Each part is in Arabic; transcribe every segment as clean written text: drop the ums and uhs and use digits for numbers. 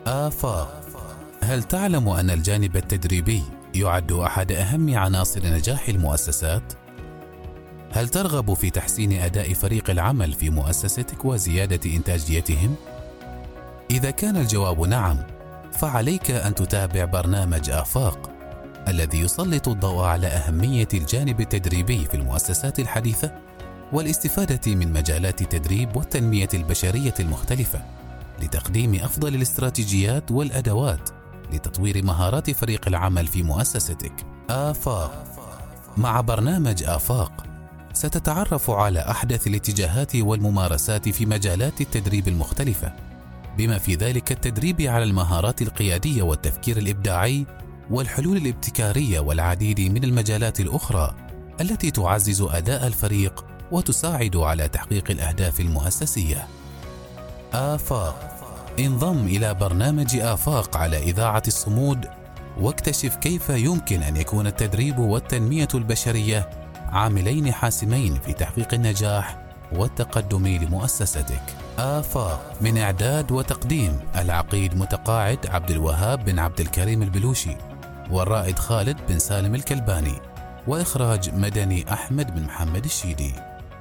آفاق. هل تعلم أن الجانب التدريبي يعد أحد أهم عناصر نجاح المؤسسات؟ هل ترغب في تحسين أداء فريق العمل في مؤسستك وزيادة إنتاجيتهم؟ إذا كان الجواب نعم، فعليك أن تتابع برنامج آفاق الذي يسلط الضوء على أهمية الجانب التدريبي في المؤسسات الحديثة والاستفادة من مجالات التدريب والتنمية البشرية المختلفة لتقديم أفضل الاستراتيجيات والأدوات لتطوير مهارات فريق العمل في مؤسستك. آفاق. مع برنامج آفاق ستتعرف على أحدث الاتجاهات والممارسات في مجالات التدريب المختلفة، بما في ذلك التدريب على المهارات القيادية والتفكير الإبداعي والحلول الابتكارية والعديد من المجالات الأخرى التي تعزز أداء الفريق وتساعد على تحقيق الأهداف المؤسسية. آفاق. انضم إلى برنامج آفاق على إذاعة الصمود واكتشف كيف يمكن أن يكون التدريب والتنمية البشرية عاملين حاسمين في تحقيق النجاح والتقدم لمؤسستك. آفاق. من إعداد وتقديم العقيد متقاعد عبد الوهاب بن عبد الكريم البلوشي، والرائد خالد بن سالم الكلباني، وإخراج مدني أحمد بن محمد الشيدي.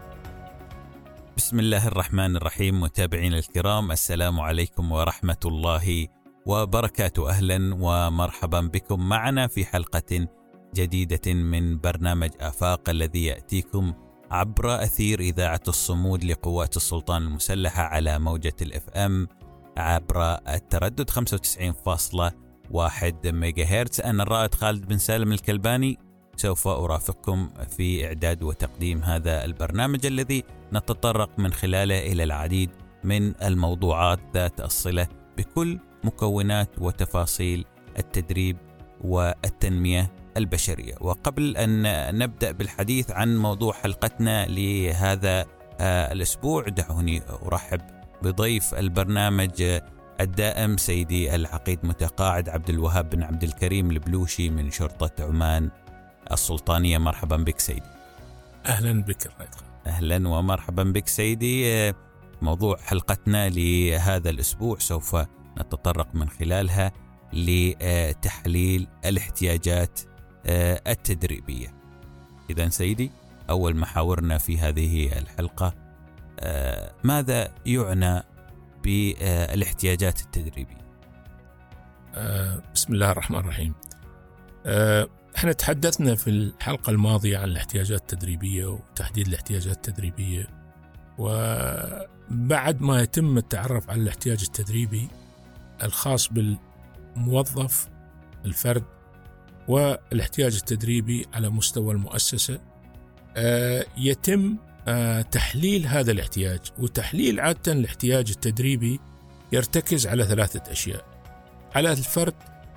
بسم الله الرحمن الرحيم. متابعين الكرام، السلام عليكم ورحمة الله وبركاته. أهلا ومرحبا بكم معنا في حلقة جديدة من برنامج آفاق الذي يأتيكم عبر أثير إذاعة الصمود لقوات السلطان المسلحة على موجة الFM عبر التردد 95.1 ميجاهرتز. أنا الرائد خالد بن سالم الكلباني سوف أرافقكم في إعداد وتقديم هذا البرنامج الذي نتطرق من خلاله إلى العديد من الموضوعات ذات الصلة بكل مكونات وتفاصيل التدريب والتنمية البشرية. وقبل أن نبدأ بالحديث عن موضوع حلقتنا لهذا الأسبوع، دعوني أرحب بضيف البرنامج الدائم سيدي العقيد متقاعد عبد الوهاب بن عبد الكريم البلوشي من شرطة عمان السلطانية. مرحبا بك سيدي. أهلا بك الرائد. أهلا ومرحبا بك سيدي. موضوع حلقتنا لهذا الأسبوع سوف نتطرق من خلالها لتحليل الاحتياجات التدريبية. إذن سيدي، أول محاورنا في هذه الحلقة، ماذا يعنى بالاحتياجات التدريبية؟ بسم الله الرحمن الرحيم. احنا تحدثنا في الحلقة الماضية عن الاحتياجات التدريبية وتحديد الاحتياجات التدريبية، وبعد ما يتم التعرف على الاحتياج التدريبي الخاص بالموظف الفرد والاحتياج التدريبي على مستوى المؤسسة، يتم تحليل هذا الاحتياج. وتحليل عادة الاحتياج التدريبي يرتكز على 3 أشياء: على الفرد،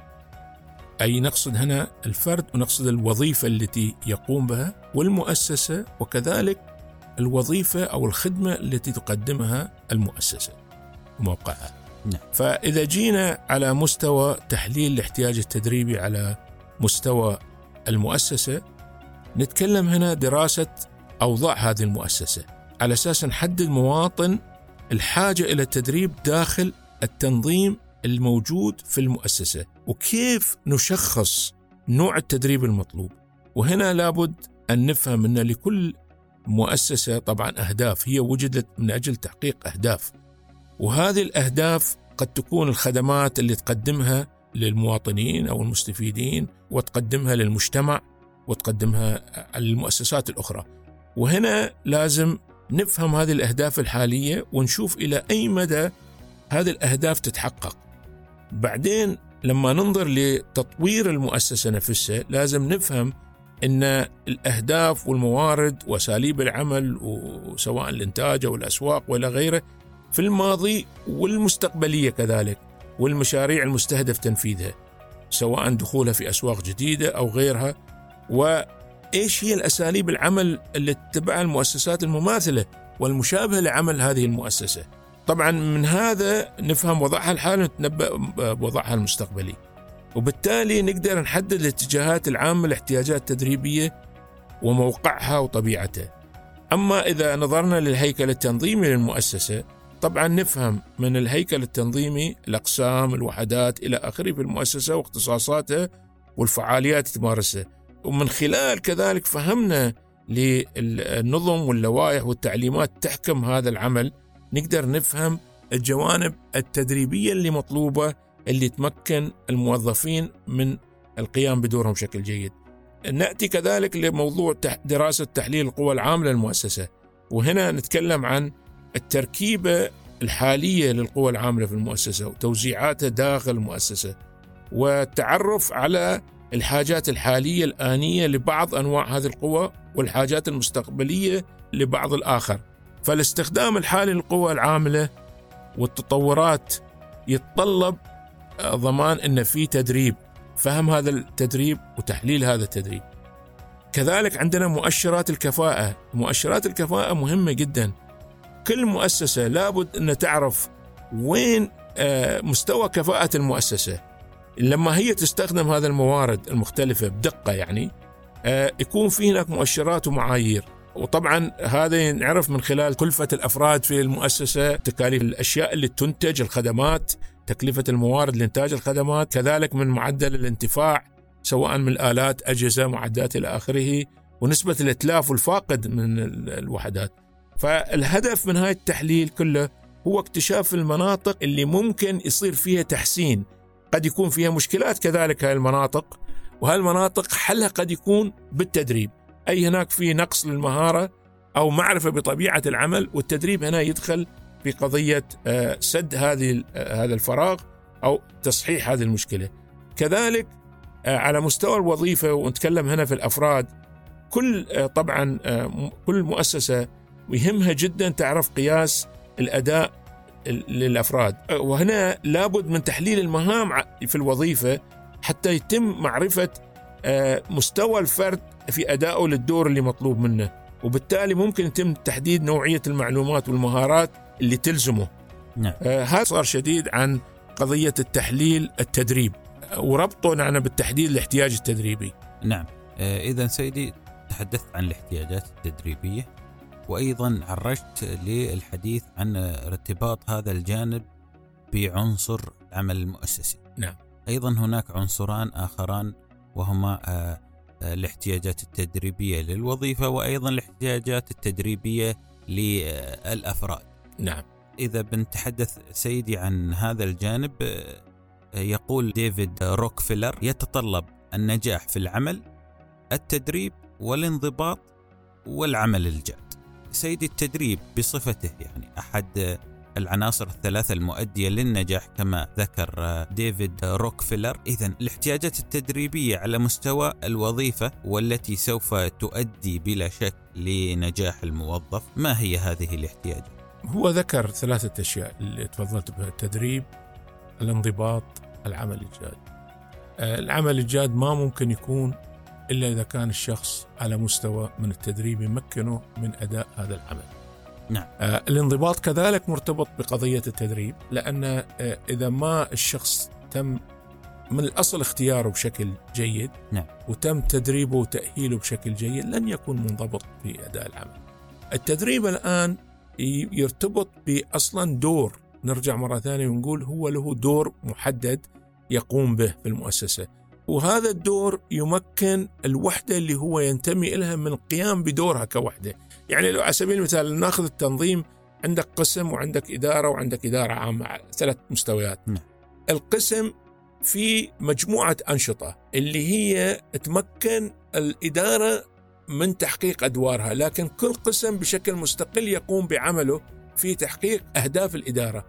أي نقصد هنا الفرد ونقصد الوظيفة التي يقوم بها، والمؤسسة، وكذلك الوظيفة أو الخدمة التي تقدمها المؤسسة وموقعها. فإذا جينا على مستوى تحليل الاحتياج التدريبي على مستوى المؤسسة، نتكلم هنا دراسة أوضاع هذه المؤسسة على أساس نحدد مواطن الحاجة إلى التدريب داخل التنظيم الموجود في المؤسسة، وكيف نشخص نوع التدريب المطلوب. وهنا لابد أن نفهم أن لكل مؤسسة طبعا أهداف هي وجدت من أجل تحقيق أهداف، وهذه الأهداف قد تكون الخدمات اللي تقدمها للمواطنين أو المستفيدين، وتقدمها للمجتمع، وتقدمها للمؤسسات الأخرى. وهنا لازم نفهم هذه الأهداف الحالية ونشوف إلى أي مدى هذه الأهداف تتحقق. بعدين لما ننظر لتطوير المؤسسة نفسها، لازم نفهم أن الأهداف والموارد وأساليب العمل، وسواء الإنتاج أو الأسواق ولا غيره، في الماضي والمستقبلية كذلك، والمشاريع المستهدف تنفيذها، سواء دخولها في أسواق جديدة أو غيرها، وإيش هي الأساليب العمل اللي تتبعها المؤسسات المماثلة والمشابهة لعمل هذه المؤسسة. طبعا من هذا نفهم وضعها الحالي ونتنبأ بوضعها المستقبلي، وبالتالي نقدر نحدد الاتجاهات العامة للاحتياجات التدريبية وموقعها وطبيعتها. أما إذا نظرنا للهيكل التنظيمي للمؤسسة، طبعا نفهم من الهيكل التنظيمي الأقسام الوحدات إلى آخره في المؤسسة واختصاصاتها والفعاليات تمارسها، ومن خلال كذلك فهمنا للنظم واللوائح والتعليمات تحكم هذا العمل نقدر نفهم الجوانب التدريبية اللي مطلوبة اللي تمكن الموظفين من القيام بدورهم بشكل جيد. نأتي كذلك لموضوع دراسة تحليل القوى العاملة للمؤسسة، وهنا نتكلم عن التركيبة الحالية للقوى العاملة في المؤسسة وتوزيعاتها داخل المؤسسة، والتعرف على الحاجات الحالية الآنية لبعض أنواع هذه القوى والحاجات المستقبلية لبعض الآخر. فالاستخدام الحالي للقوى العاملة والتطورات يتطلب ضمان أن في تدريب، فهم هذا التدريب وتحليل هذا التدريب. كذلك عندنا مؤشرات الكفاءة. مؤشرات الكفاءة مهمة جدا. كل مؤسسة لابد أن تعرف وين مستوى كفاءة المؤسسة. لما هي تستخدم هذا الموارد المختلفة بدقة يعني يكون في هناك مؤشرات ومعايير، وطبعا هذا ينعرف من خلال كلفة الأفراد في المؤسسة، تكاليف الأشياء اللي تنتج، الخدمات، تكلفة الموارد لإنتاج الخدمات، كذلك من معدل الانتفاع سواء من الآلات، أجهزة، معدات إلى آخره، ونسبة الإتلاف والفاقد من الوحدات. فالهدف من هاي التحليل كله هو اكتشاف المناطق اللي ممكن يصير فيها تحسين، قد يكون فيها مشكلات كذلك هاي المناطق، وهاي المناطق حلها قد يكون بالتدريب، أي هناك في نقص للمهارة أو معرفة بطبيعة العمل، والتدريب هنا يدخل في قضية سد هذا الفراغ أو تصحيح هذه المشكلة. كذلك على مستوى الوظيفة، ونتكلم هنا في الأفراد، طبعا كل مؤسسة يهمها جدا تعرف قياس الأداء للأفراد، وهنا لابد من تحليل المهام في الوظيفة حتى يتم معرفة مستوى الفرد في أدائه للدور اللي مطلوب منه، وبالتالي ممكن يتم تحديد نوعية المعلومات والمهارات اللي تلزمه. نعم. هذا صار شديد عن قضية التحليل التدريب وربطه معنا بالتحديد الاحتياج التدريبي. نعم. إذن سيدي تحدثت عن الاحتياجات التدريبية، وأيضا عرجت للحديث عن ارتباط هذا الجانب بعنصر العمل المؤسسي. نعم. أيضا هناك عنصران آخران وهما الاحتياجات التدريبية للوظيفة، وأيضا الاحتياجات التدريبية للأفراد. نعم. إذا بنتحدث سيدي عن هذا الجانب، يقول ديفيد روكفيلر: يتطلب النجاح في العمل التدريب والانضباط والعمل الجاد. سيدي التدريب بصفته يعني أحد العناصر الثلاثة المؤدية للنجاح كما ذكر ديفيد روكفيلر. إذن الاحتياجات التدريبية على مستوى الوظيفة والتي سوف تؤدي بلا شك لنجاح الموظف، ما هي هذه الاحتياجات؟ هو ذكر 3 أشياء اللي تفضلت بها: التدريب، الانضباط، العمل الجاد. العمل الجاد ما ممكن يكون إلا إذا كان الشخص على مستوى من التدريب يمكنه من أداء هذا العمل. نعم. الانضباط كذلك مرتبط بقضية التدريب، لأن إذا ما الشخص تم من الأصل اختياره بشكل جيد، نعم، وتم تدريبه وتأهيله بشكل جيد، لن يكون منضبط في أداء العمل. التدريب الآن يرتبط بأصلا دور، نرجع مرة ثانية ونقول هو له دور محدد يقوم به في المؤسسة، وهذا الدور يمكن الوحدة اللي هو ينتمي إلها من القيام بدورها كوحدة. يعني لو على سبيل المثال ناخذ التنظيم، عندك قسم وعندك إدارة وعندك إدارة عامة على 3 مستويات. القسم في مجموعة أنشطة اللي هي تمكن الإدارة من تحقيق أدوارها، لكن كل قسم بشكل مستقل يقوم بعمله في تحقيق أهداف الإدارة.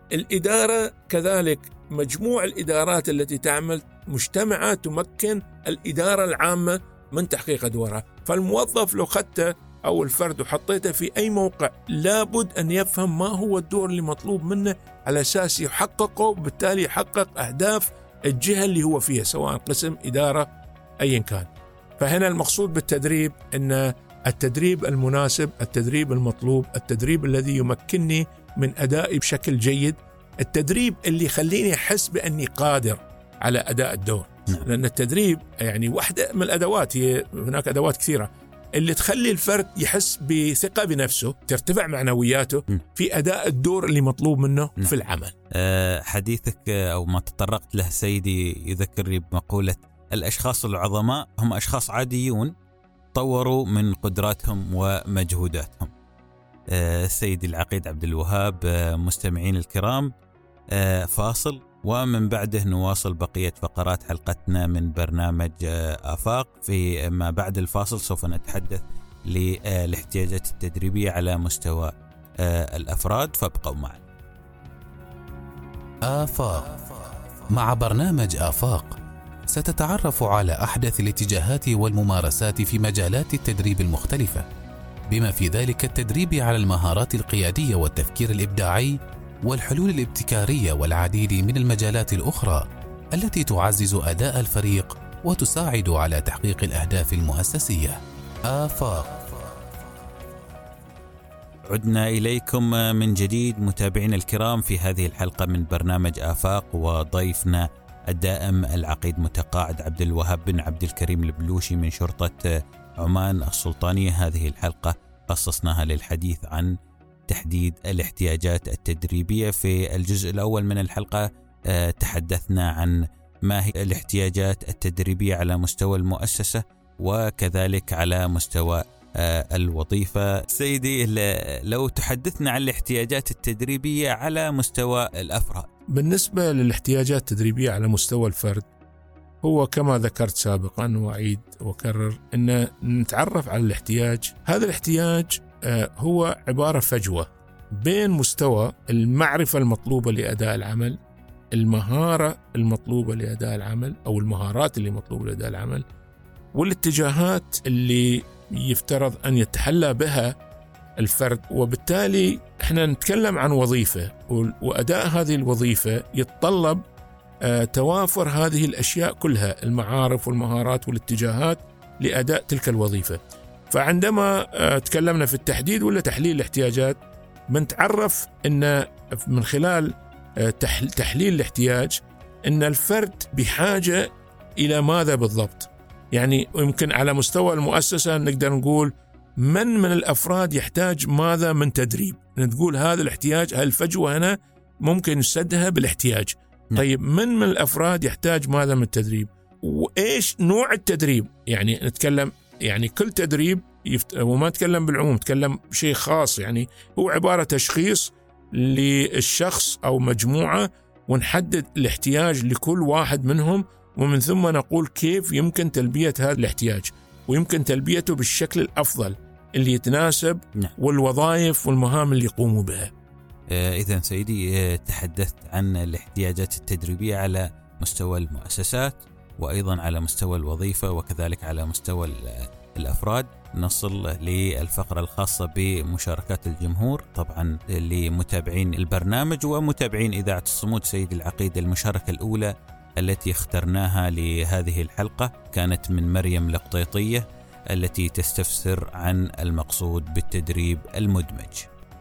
الإدارة كذلك مجموع الإدارات التي تعمل مجتمعة تمكن الإدارة العامة من تحقيق أدوارها. فالموظف لو خدته أو الفرد وحطيته في أي موقع لابد أن يفهم ما هو الدور اللي مطلوب منه على أساس يحققه، بالتالي يحقق أهداف الجهة اللي هو فيها سواء قسم، إدارة، أيا كان. فهنا المقصود بالتدريب أن التدريب المناسب، التدريب المطلوب، التدريب الذي يمكنني من أدائي بشكل جيد، التدريب اللي يخليني أحس بأني قادر على أداء الدور. لأن التدريب يعني واحدة من الأدوات، هي هناك أدوات كثيرة، اللي تخلي الفرد يحس بثقة بنفسه، ترتفع معنوياته في أداء الدور اللي مطلوب منه في العمل. حديثك أو ما تطرقت له سيدي يذكرني بمقولة الأشخاص العظماء هم أشخاص عاديون طوروا من قدراتهم ومجهوداتهم. سيدي العقيد عبد الوهاب، مستمعين الكرام، فاصل ومن بعده نواصل بقية فقرات حلقتنا من برنامج آفاق. في ما بعد الفاصل سوف نتحدث للاحتياجات التدريبية على مستوى الأفراد، فابقوا معنا. آفاق. مع برنامج آفاق ستتعرف على أحدث الاتجاهات والممارسات في مجالات التدريب المختلفة، بما في ذلك التدريب على المهارات القيادية والتفكير الإبداعي والحلول الابتكارية والعديد من المجالات الأخرى التي تعزز أداء الفريق وتساعد على تحقيق الأهداف المؤسسية. آفاق. عدنا إليكم من جديد متابعين الكرام في هذه الحلقة من برنامج آفاق، وضيفنا الدائم العقيد متقاعد عبد الوهاب بن عبد الكريم البلوشي من شرطة عمان السلطانية. هذه الحلقة خصصناها للحديث عن تحديد الاحتياجات التدريبية. في الجزء الأول من الحلقة تحدثنا عن ما هي الاحتياجات التدريبية على مستوى المؤسسة وكذلك على مستوى الوظيفة. سيدي، لو تحدثنا عن الاحتياجات التدريبية على مستوى الأفراد. بالنسبة للاحتياجات التدريبية على مستوى الفرد، هو كما ذكرت سابقا وأعيد وأكرر أن نتعرف على الاحتياج. هذا الاحتياج هو عبارة فجوة بين مستوى المعرفة المطلوبة لأداء العمل، المهارة المطلوبة لأداء العمل أو المهارات اللي مطلوبة لأداء العمل، والاتجاهات اللي يفترض أن يتحلى بها الفرد. وبالتالي احنا نتكلم عن وظيفة، وأداء هذه الوظيفة يتطلب توافر هذه الأشياء كلها، المعارف والمهارات والاتجاهات لأداء تلك الوظيفة. فعندما تكلمنا في التحديد ولا تحليل الاحتياجات، بنتعرف أن من خلال تحليل الاحتياج أن الفرد بحاجة إلى ماذا بالضبط. يعني يمكن على مستوى المؤسسة نقدر نقول من الأفراد يحتاج ماذا من تدريب، نقول هذا الاحتياج، هالفجوة هنا ممكن نسدها بالاحتياج. طيب من الأفراد يحتاج ماذا من التدريب، وإيش نوع التدريب؟ يعني نتكلم يعني كل تدريب وما نتكلم بالعموم، نتكلم شيء خاص، يعني هو عبارة تشخيص للشخص أو مجموعة، ونحدد الاحتياج لكل واحد منهم، ومن ثم نقول كيف يمكن تلبية هذا الاحتياج، ويمكن تلبيته بالشكل الأفضل اللي يتناسب والوظائف والمهام اللي يقوموا بها. إذن سيدي، تحدثت عن الاحتياجات التدريبية على مستوى المؤسسات وأيضا على مستوى الوظيفة وكذلك على مستوى الأفراد. نصل للفقرة الخاصة بمشاركات الجمهور. طبعا لمتابعين البرنامج ومتابعين إذاعة الصمود سيد العقيد، المشاركة الأولى التي اخترناها لهذه الحلقة كانت من مريم القطيطية التي تستفسر عن المقصود بالتدريب المدمج.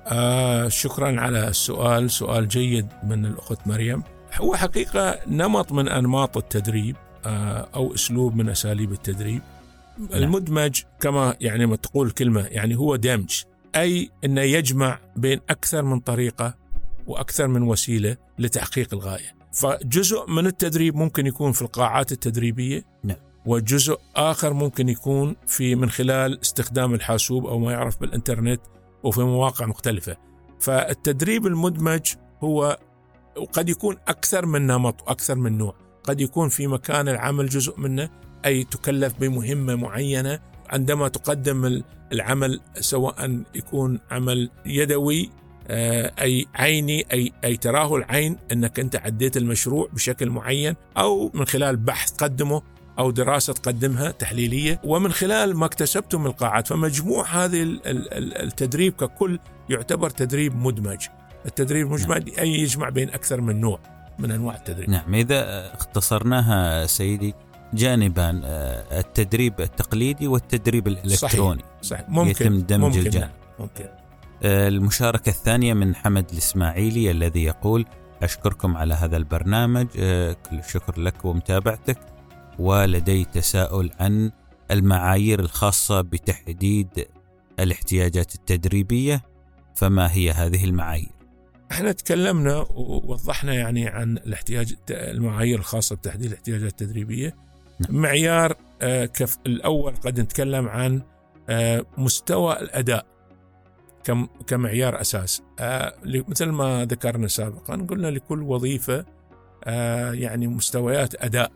شكرا على السؤال، سؤال جيد من الأخت مريم. هو حقيقة نمط من أنماط التدريب أو أسلوب من أساليب التدريب. المدمج كما يعني ما تقول كلمة، يعني هو دمج، أي أنه يجمع بين أكثر من طريقة وأكثر من وسيلة لتحقيق الغاية. فجزء من التدريب ممكن يكون في القاعات التدريبية، وجزء آخر ممكن يكون من خلال استخدام الحاسوب أو ما يعرف بالإنترنت وفي مواقع مختلفة. فالتدريب المدمج هو قد يكون أكثر من نمط وأكثر من نوع. قد يكون في مكان العمل جزء منه، أي تكلف بمهمة معينة عندما تقدم العمل، سواء يكون عمل يدوي أي عيني، أي تراه العين أنك أنت عديت المشروع بشكل معين، أو من خلال بحث تقدمه أو دراسة تقدمها تحليلية، ومن خلال ما اكتسبته من القاعات. فمجموع هذه التدريب ككل يعتبر تدريب مدمج. التدريب المدمج أي يجمع بين أكثر من نوع من أنواع التدريب. نعم، إذا اختصرناها سيدي جانبان، التدريب التقليدي والتدريب الإلكتروني. صحيح. ممكن يتم دمج الجانب. ممكن. المشاركة الثانية من حمد الإسماعيلي الذي يقول: أشكركم على هذا البرنامج، كل الشكر لك ومتابعتك، ولدي تساؤل عن المعايير الخاصة بتحديد الاحتياجات التدريبية، فما هي هذه المعايير؟ احنا تكلمنا ووضحنا يعني عن المعايير الخاصة بتحديد الاحتياجات التدريبية. معيار الأول قد نتكلم عن مستوى الأداء كمعيار أساس. مثل ما ذكرنا سابقا، قلنا لكل وظيفة يعني مستويات أداء،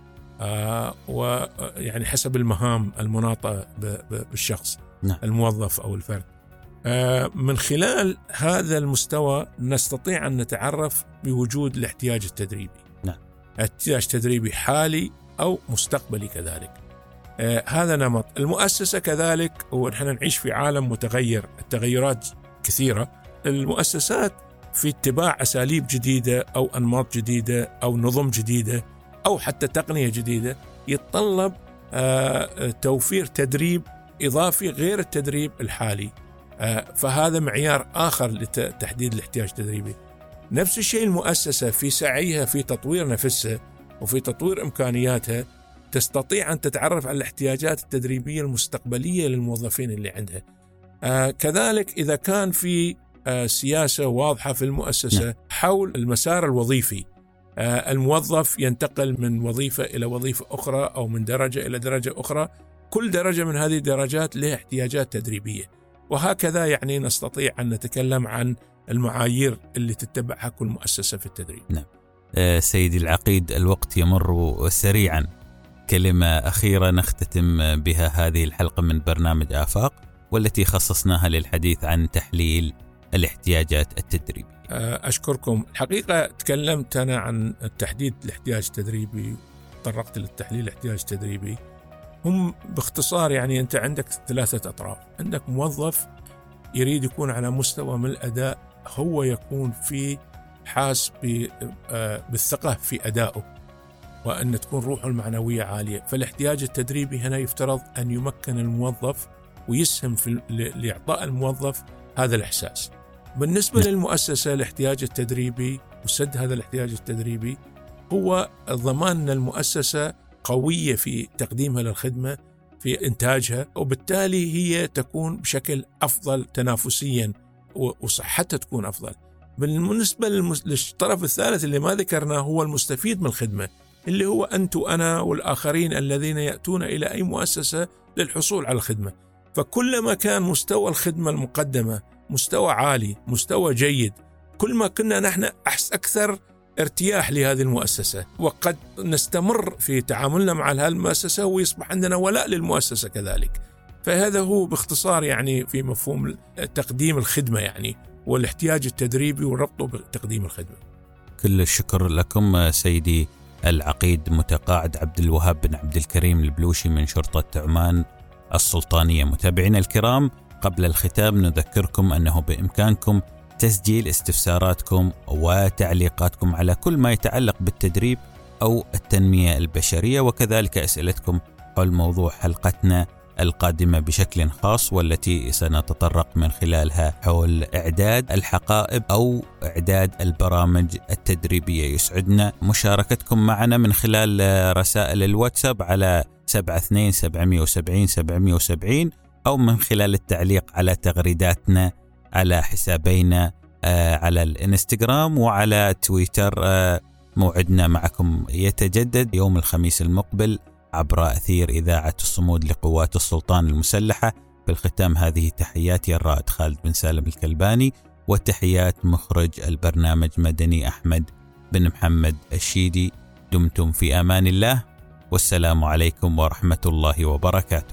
ويعني حسب المهام المناطة بالشخص الموظف أو الفرد. من خلال هذا المستوى نستطيع أن نتعرف بوجود الاحتياج التدريبي. احتياج تدريبي حالي أو مستقبلي كذلك. هذا نمط المؤسسة كذلك، ونحن نعيش في عالم متغير، التغيرات كثيرة. المؤسسات في اتباع أساليب جديدة أو أنماط جديدة أو نظم جديدة أو حتى تقنية جديدة، يتطلب توفير تدريب إضافي غير التدريب الحالي. فهذا معيار آخر لتحديد الاحتياج التدريبي. نفس الشيء المؤسسة في سعيها في تطوير نفسها وفي تطوير إمكانياتها تستطيع أن تتعرف على الاحتياجات التدريبية المستقبلية للموظفين اللي عندها. كذلك إذا كان في سياسة واضحة في المؤسسة حول المسار الوظيفي، الموظف ينتقل من وظيفة إلى وظيفة أخرى أو من درجة إلى درجة أخرى، كل درجة من هذه الدرجات لها احتياجات تدريبية. وهكذا يعني نستطيع أن نتكلم عن المعايير اللي تتبعها كل مؤسسة في التدريب. نعم. سيدي العقيد، الوقت يمر سريعا. كلمة أخيرة نختتم بها هذه الحلقة من برنامج آفاق، والتي خصصناها للحديث عن تحليل الاحتياجات التدريبية. أشكركم. الحقيقة تكلمت أنا عن تحديد الاحتياج التدريبي، طرقت للتحليل الاحتياج التدريبي. هم باختصار يعني أنت عندك 3 أطراف. عندك موظف يريد يكون على مستوى من الأداء، هو يكون في حاس بالثقة في أدائه وأن تكون روحه المعنوية عالية. فالاحتياج التدريبي هنا يفترض أن يمكن الموظف ويسهم في لإعطاء الموظف هذا الإحساس. بالنسبة للمؤسسة الاحتياج التدريبي وسد هذا الاحتياج التدريبي هو ضمان أن المؤسسة قوية في تقديمها للخدمة، في إنتاجها، وبالتالي هي تكون بشكل أفضل تنافسيا وصحتها تكون أفضل. بالنسبة للطرف الثالث اللي ما ذكرناه هو المستفيد من الخدمة، اللي هو أنت وأنا والآخرين الذين يأتون إلى أي مؤسسة للحصول على الخدمة. فكلما كان مستوى الخدمة المقدمة مستوى عالي، مستوى جيد، كل ما كنا نحن أكثر ارتياح لهذه المؤسسة، وقد نستمر في تعاملنا مع هذه المؤسسة ويصبح عندنا ولاء للمؤسسة كذلك. فهذا هو باختصار يعني في مفهوم تقديم الخدمة يعني، والاحتياج التدريبي وربطه بتقديم الخدمة. كل الشكر لكم سيدي العقيد متقاعد عبد الوهاب بن عبد الكريم البلوشي من شرطة عمان السلطانية. متابعينا الكرام، قبل الختام نذكركم أنه بإمكانكم تسجيل استفساراتكم وتعليقاتكم على كل ما يتعلق بالتدريب أو التنمية البشرية، وكذلك أسئلتكم حول موضوع حلقتنا القادمة بشكل خاص، والتي سنتطرق من خلالها حول إعداد الحقائب أو إعداد البرامج التدريبية. يسعدنا مشاركتكم معنا من خلال رسائل الواتساب على 72 أو من خلال التعليق على تغريداتنا على حسابينا على الانستغرام وعلى تويتر. موعدنا معكم يتجدد يوم الخميس المقبل عبر أثير إذاعة الصمود لقوات السلطان المسلحة. بالختام هذه تحياتي الرائد خالد بن سالم الكلباني، وتحيات مخرج البرنامج مدني أحمد بن محمد الشيدي. دمتم في أمان الله، والسلام عليكم ورحمة الله وبركاته.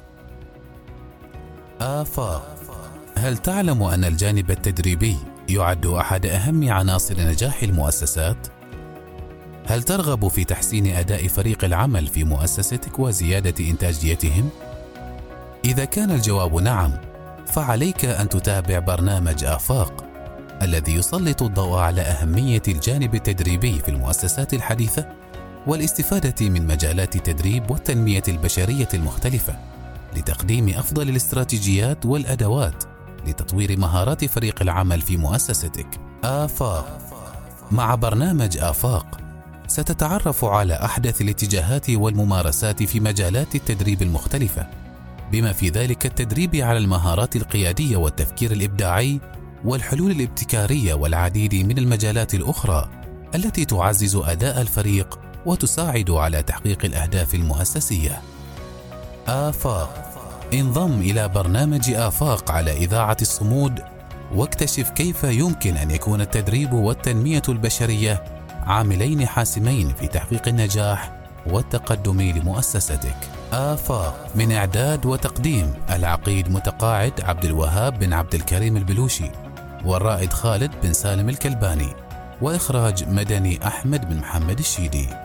آفاق. هل تعلم أن الجانب التدريبي يعد أحد أهم عناصر نجاح المؤسسات؟ هل ترغب في تحسين أداء فريق العمل في مؤسستك وزيادة إنتاجيتهم؟ إذا كان الجواب نعم، فعليك أن تتابع برنامج آفاق الذي يسلط الضوء على أهمية الجانب التدريبي في المؤسسات الحديثة والاستفادة من مجالات التدريب والتنمية البشرية المختلفة لتقديم أفضل الاستراتيجيات والأدوات لتطوير مهارات فريق العمل في مؤسستك. آفاق. مع برنامج آفاق ستتعرف على أحدث الاتجاهات والممارسات في مجالات التدريب المختلفة، بما في ذلك التدريب على المهارات القيادية والتفكير الإبداعي والحلول الابتكارية والعديد من المجالات الأخرى التي تعزز أداء الفريق وتساعد على تحقيق الأهداف المؤسسية. آفاق. انضم إلى برنامج آفاق على إذاعة الصمود، واكتشف كيف يمكن أن يكون التدريب والتنمية البشرية عاملين حاسمين في تحقيق النجاح والتقدم لمؤسستك. آفاق من إعداد وتقديم العقيد متقاعد عبد الوهاب بن عبد الكريم البلوشي، والرائد خالد بن سالم الكلباني، وإخراج مدني أحمد بن محمد الشيدي.